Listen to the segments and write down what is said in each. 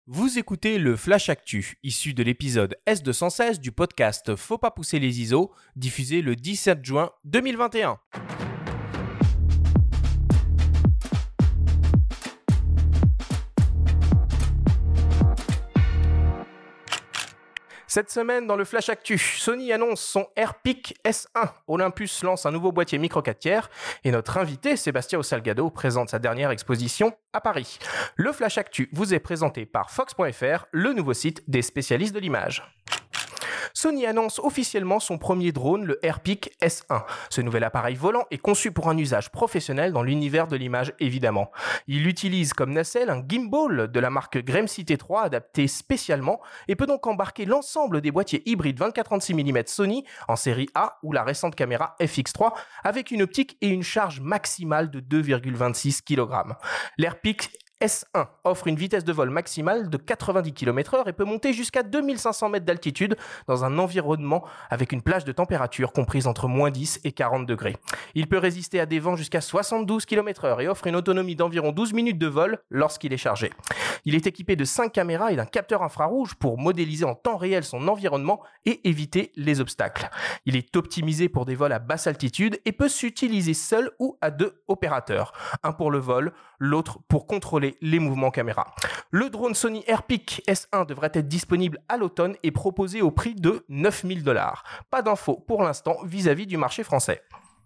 Vous écoutez le Flash Actu, issu de l'épisode S216 du podcast Faut pas pousser les ISO, diffusé le 17 juin 2021. Cette semaine, dans le Flash Actu, Sony annonce son AirPic S1. Olympus lance un nouveau boîtier micro 4 tiers. Et notre invité, Sébastien Salgado, présente sa dernière exposition à Paris. Le Flash Actu vous est présenté par Fox.fr, le nouveau site des spécialistes de l'image. Sony annonce officiellement son premier drone, le AirPic S1. Ce nouvel appareil volant est conçu pour un usage professionnel dans l'univers de l'image évidemment. Il utilise comme nacelle un gimbal de la marque Gremsy T3 adapté spécialement et peut donc embarquer l'ensemble des boîtiers hybrides 24-36 mm Sony en série A ou la récente caméra FX3 avec une optique et une charge maximale de 2,26 kg. L'AirPic S1 offre une vitesse de vol maximale de 90 km/h et peut monter jusqu'à 2500 mètres d'altitude dans un environnement avec une plage de température comprise entre moins 10 et 40 degrés. Il peut résister à des vents jusqu'à 72 km/h et offre une autonomie d'environ 12 minutes de vol lorsqu'il est chargé. Il est équipé de 5 caméras et d'un capteur infrarouge pour modéliser en temps réel son environnement et éviter les obstacles. Il est optimisé pour des vols à basse altitude et peut s'utiliser seul ou à 2 opérateurs. Un pour le vol, l'autre pour contrôler les mouvements caméra. Le drone Sony AirPic S1 devrait être disponible à l'automne et proposé au prix de 9 000 $. Pas d'infos pour l'instant vis-à-vis du marché français.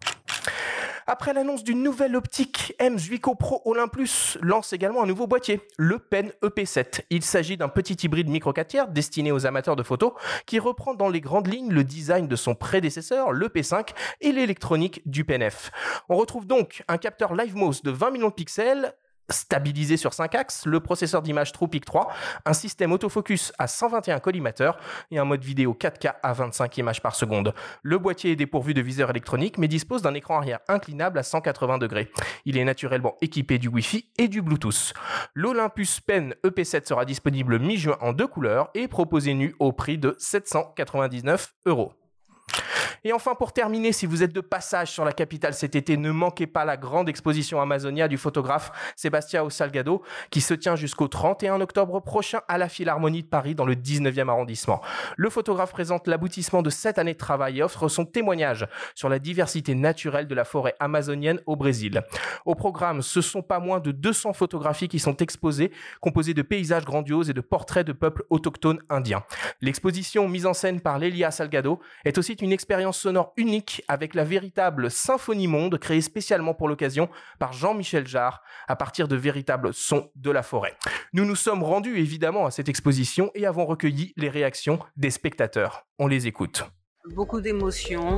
Après l'annonce d'une nouvelle optique, M Zuiko Pro Olympus lance également un nouveau boîtier, le Pen EP7. Il s'agit d'un petit hybride micro 4 tiers destiné aux amateurs de photos qui reprend dans les grandes lignes le design de son prédécesseur, le P5, et l'électronique du Pen F. On retrouve donc un capteur LiveMOS de 20 millions de pixels, stabilisé sur 5 axes, le processeur d'image TruePic 3, un système autofocus à 121 collimateurs et un mode vidéo 4K à 25 images par seconde. Le boîtier est dépourvu de viseur électronique mais dispose d'un écran arrière inclinable à 180 degrés. Il est naturellement équipé du Wi-Fi et du Bluetooth. L'Olympus Pen EP7 sera disponible mi-juin en 2 couleurs et proposé nu au prix de 799 €. Et enfin, pour terminer, si vous êtes de passage sur la capitale cet été, ne manquez pas la grande exposition Amazonia du photographe Sébastien Salgado qui se tient jusqu'au 31 octobre prochain à la Philharmonie de Paris dans le 19e arrondissement. Le photographe présente l'aboutissement de 7 années de travail et offre son témoignage sur la diversité naturelle de la forêt amazonienne au Brésil. Au programme, ce sont pas moins de 200 photographies qui sont exposées, composées de paysages grandioses et de portraits de peuples autochtones indiens. L'exposition mise en scène par Lélia Salgado est aussi une expérience sonore unique avec la véritable symphonie monde créée spécialement pour l'occasion par Jean-Michel Jarre à partir de véritables sons de la forêt. Nous nous sommes rendus évidemment à cette exposition et avons recueilli les réactions des spectateurs. On les écoute. Beaucoup d'émotions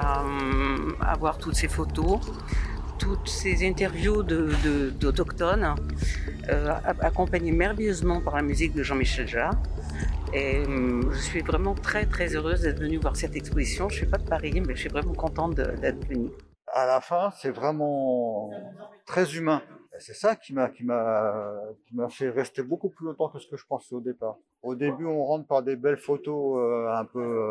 à voir toutes ces photos, toutes ces interviews d'autochtones, accompagnées merveilleusement par la musique de Jean-Michel Jarre. Et je suis vraiment très très heureuse d'être venue voir cette exposition. Je ne suis pas de Paris, mais je suis vraiment contente d'être venue. À la fin, c'est vraiment très humain. Et c'est ça qui m'a fait rester beaucoup plus longtemps que ce que je pensais au départ. Au début, on rentre par des belles photos un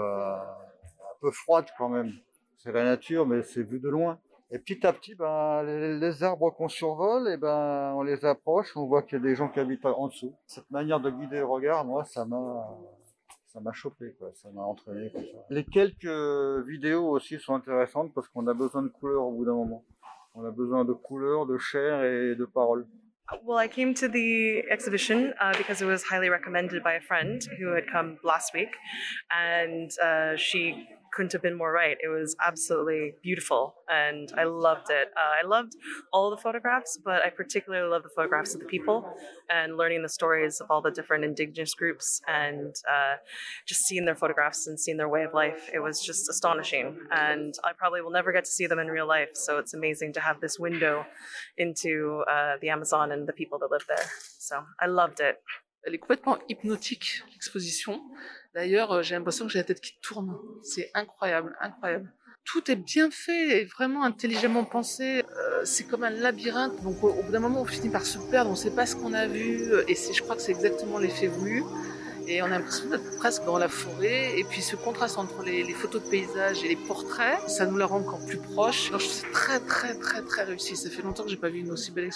peu froides quand même. C'est la nature, mais c'est vu de loin. Et petit à petit, les arbres qu'on survole, on les approche, on voit qu'il y a des gens qui habitent en dessous. Cette manière de guider le regard, moi, ça m'a chopé, quoi. Ça m'a entraîné comme ça. Les quelques vidéos aussi sont intéressantes parce qu'on a besoin de couleurs au bout d'un moment. On a besoin de couleurs, de chair et de paroles. Well, I came to the exhibition because it was highly recommended by a friend who had come last week, and she couldn't have been more right. It was absolutely beautiful, and I loved it. I loved all the photographs, but I particularly loved the photographs of the people and learning the stories of all the different indigenous groups and just seeing their photographs and seeing their way of life. It was just astonishing, and I probably will never get to see them in real life, so it's amazing to have this window into the Amazon and the people that live there. So I loved it. Elle est complètement hypnotique, l'exposition. D'ailleurs, j'ai l'impression que j'ai la tête qui tourne. C'est incroyable, incroyable. Tout est bien fait et vraiment intelligemment pensé. C'est comme un labyrinthe. Donc, au bout d'un moment, on finit par se perdre. On ne sait pas ce qu'on a vu. Et je crois que c'est exactement l'effet voulu. Et on a l'impression d'être presque dans la forêt. Et puis, ce contraste entre les photos de paysages et les portraits, ça nous la rend encore plus proche. Alors, je trouve que c'est très, très, très, très réussi. Ça fait longtemps que j'ai pas vu une aussi belle expo.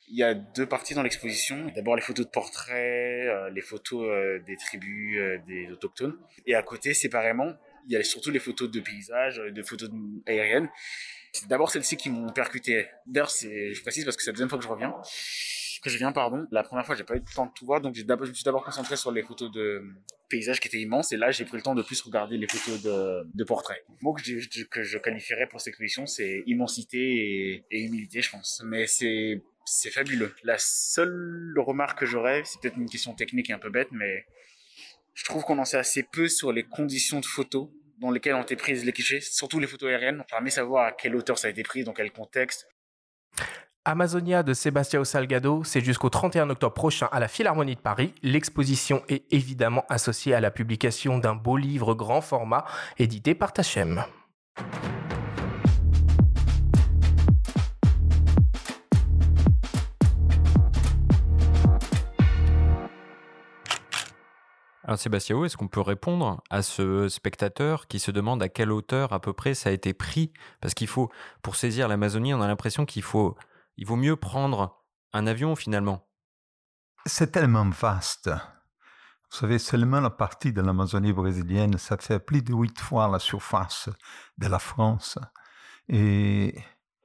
Il y a deux parties dans l'exposition. D'abord les photos de portraits, les photos des tribus, des autochtones. Et à côté, séparément, il y a surtout les photos de paysages, de photos aériennes. C'est d'abord celles-ci qui m'ont percuté. D'ailleurs, je précise parce que c'est la deuxième fois que je viens, pardon. La première fois, j'ai pas eu le temps de tout voir, donc je me suis d'abord concentré sur les photos de paysages qui étaient immenses, et là, j'ai pris le temps de plus regarder les photos de portraits. Le mot que je qualifierais pour cette exposition, c'est immensité et humilité, je pense. Mais c'est fabuleux. La seule remarque que j'aurais, c'est peut-être une question technique et un peu bête, mais je trouve qu'on en sait assez peu sur les conditions de photos dans lesquelles ont été prises les clichés, surtout les photos aériennes. On permet de savoir à quelle hauteur ça a été pris, dans quel contexte. Amazonia de Sebastião Salgado, c'est jusqu'au 31 octobre prochain à la Philharmonie de Paris. L'exposition est évidemment associée à la publication d'un beau livre grand format édité par Tachem. Alors Sébastien, est-ce qu'on peut répondre à ce spectateur qui se demande à quelle hauteur à peu près ça a été pris ? Parce qu'il faut, pour saisir l'Amazonie, on a l'impression il vaut mieux prendre un avion finalement. C'est tellement vaste. Vous savez, seulement la partie de l'Amazonie brésilienne, ça fait plus de 8 fois la surface de la France. Et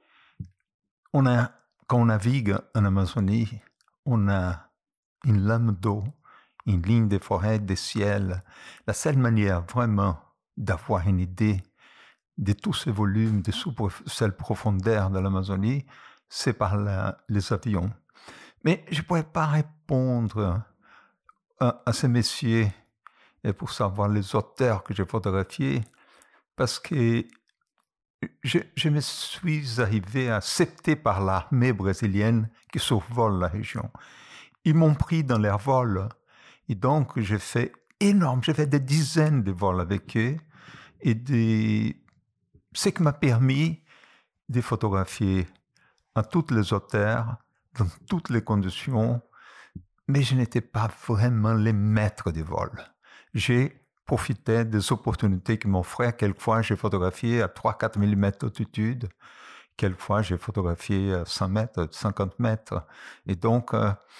quand on navigue en Amazonie, on a une lame d'eau, une ligne de forêt, des ciels. La seule manière vraiment d'avoir une idée de tous ces volumes, de cette profondeur de l'Amazonie, c'est par les avions. Mais je ne pourrais pas répondre à ces messieurs et pour savoir les auteurs que j'ai photographiés, parce que je me suis arrivé à accepter par l'armée brésilienne qui survole la région. Ils m'ont pris dans leur vol. Et donc, j'ai fait des dizaines de vols avec eux, et ce qui m'a permis de photographier à toutes les hauteurs, dans toutes les conditions, mais je n'étais pas vraiment le maître du vol. J'ai profité des opportunités qu'ils m'offraient. Quelquefois, j'ai photographié à 3-4 000 mètres d'altitude. Quelquefois, j'ai photographié à 100 mètres, 50 mètres. Et donc,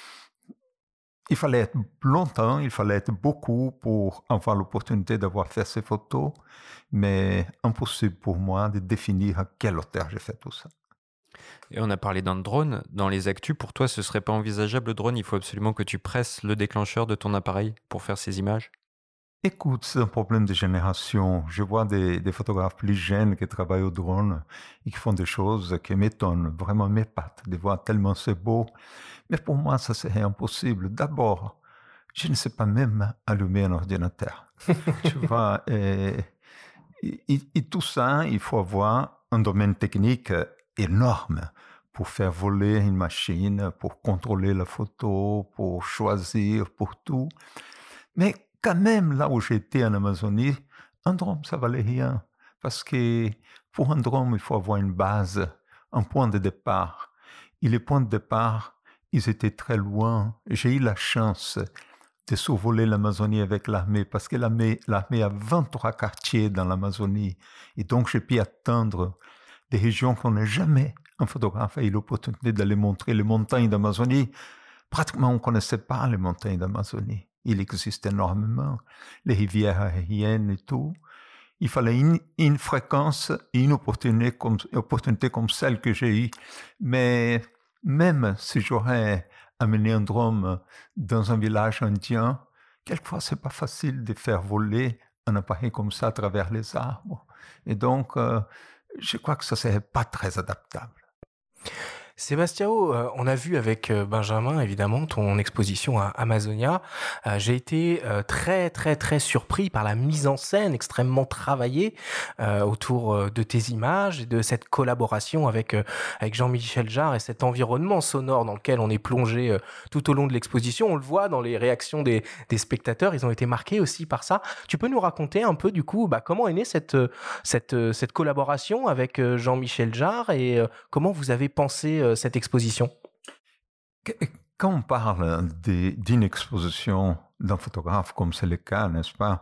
il fallait être longtemps, il fallait être beaucoup pour avoir l'opportunité d'avoir fait ces photos, mais impossible pour moi de définir à quelle hauteur j'ai fait tout ça. Et on a parlé d'un drone. Dans les actus, pour toi, ce ne serait pas envisageable le drone ? Il faut absolument que tu presses le déclencheur de ton appareil pour faire ces images ? Écoute, c'est un problème de génération. Je vois des photographes plus jeunes qui travaillent au drone et qui font des choses qui m'étonnent, vraiment m'épatent, de voir tellement c'est beau. Mais pour moi, ça serait impossible. D'abord, je ne sais pas même allumer un ordinateur. Tu vois, et tout ça, il faut avoir un domaine technique énorme pour faire voler une machine, pour contrôler la photo, pour choisir, pour tout. Mais quand même, là où j'étais en Amazonie, un drone, ça valait rien. Parce que pour un drone, il faut avoir une base, un point de départ. Et les points de départ, ils étaient très loin. J'ai eu la chance de survoler l'Amazonie avec l'armée, parce que l'armée a 23 quartiers dans l'Amazonie. Et donc, j'ai pu atteindre des régions qu'on n'a jamais, un photographe a eu l'opportunité d'aller montrer. Les montagnes d'Amazonie, pratiquement on ne connaissait pas les montagnes d'Amazonie. Il existe énormément, les rivières aériennes et tout. Il fallait une fréquence et une opportunité comme celle que j'ai eue. Mais même si j'aurais amené un drone dans un village indien, quelquefois c'est pas facile de faire voler un appareil comme ça à travers les arbres. Et donc, je crois que ça ne serait pas très adaptable. Sebastião, on a vu avec Benjamin, évidemment, ton exposition à Amazonia. J'ai été très, très, très surpris par la mise en scène extrêmement travaillée autour de tes images et de cette collaboration avec Jean-Michel Jarre et cet environnement sonore dans lequel on est plongé tout au long de l'exposition. On le voit dans les réactions des spectateurs, ils ont été marqués aussi par ça. Tu peux nous raconter un peu, du coup, comment est née cette collaboration avec Jean-Michel Jarre et comment vous avez pensé cette exposition? Quand on parle d'une exposition d'un photographe, comme c'est le cas, n'est-ce pas,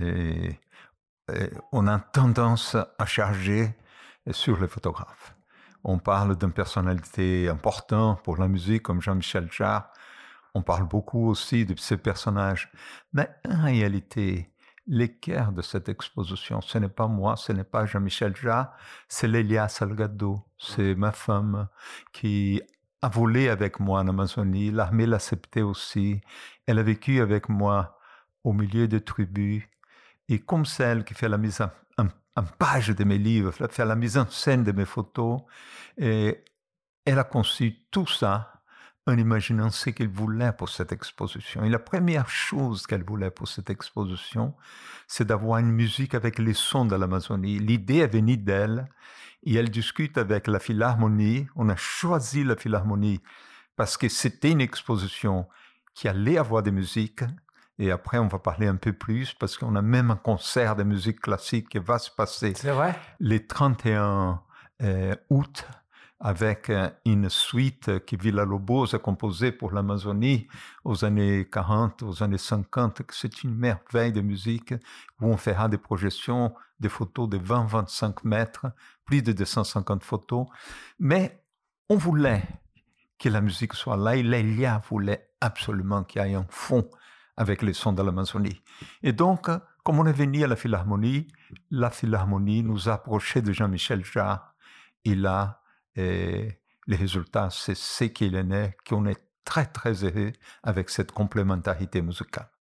on a tendance à charger sur les photographes. On parle d'une personnalité importante pour la musique comme Jean-Michel Jarre. On parle beaucoup aussi de ces personnages. Mais en réalité, les cœurs de cette exposition, ce n'est pas moi, ce n'est pas Jean-Michel Jarre, c'est Lélia Salgado, c'est ma femme qui a volé avec moi en Amazonie. L'armée l'acceptait aussi. Elle a vécu avec moi au milieu des tribus. Et comme celle qui fait la mise en page de mes livres, fait la mise en scène de mes photos, et elle a conçu tout ça en imaginant ce qu'elle voulait pour cette exposition. Et la première chose qu'elle voulait pour cette exposition, c'est d'avoir une musique avec les sons de l'Amazonie. L'idée est venue d'elle, et elle discute avec la Philharmonie. On a choisi la Philharmonie parce que c'était une exposition qui allait avoir des musiques. Et après, on va parler un peu plus parce qu'on a même un concert de musique classique qui va se passer le 31 août avec une suite que Villa-Lobos a composée pour l'Amazonie aux années 40, aux années 50. C'est une merveille de musique où on fera des projections, des photos de 20-25 mètres, plus de 250 photos. Mais on voulait que la musique soit là et Lélia voulait absolument qu'il y ait un fond avec les sons de l'Amazonie. Et donc, comme on est venu à la Philharmonie nous a approchés de Jean-Michel Jarre. Et là, les résultats, c'est ce qu'il en est, qu'on est très, très heureux avec cette complémentarité musicale.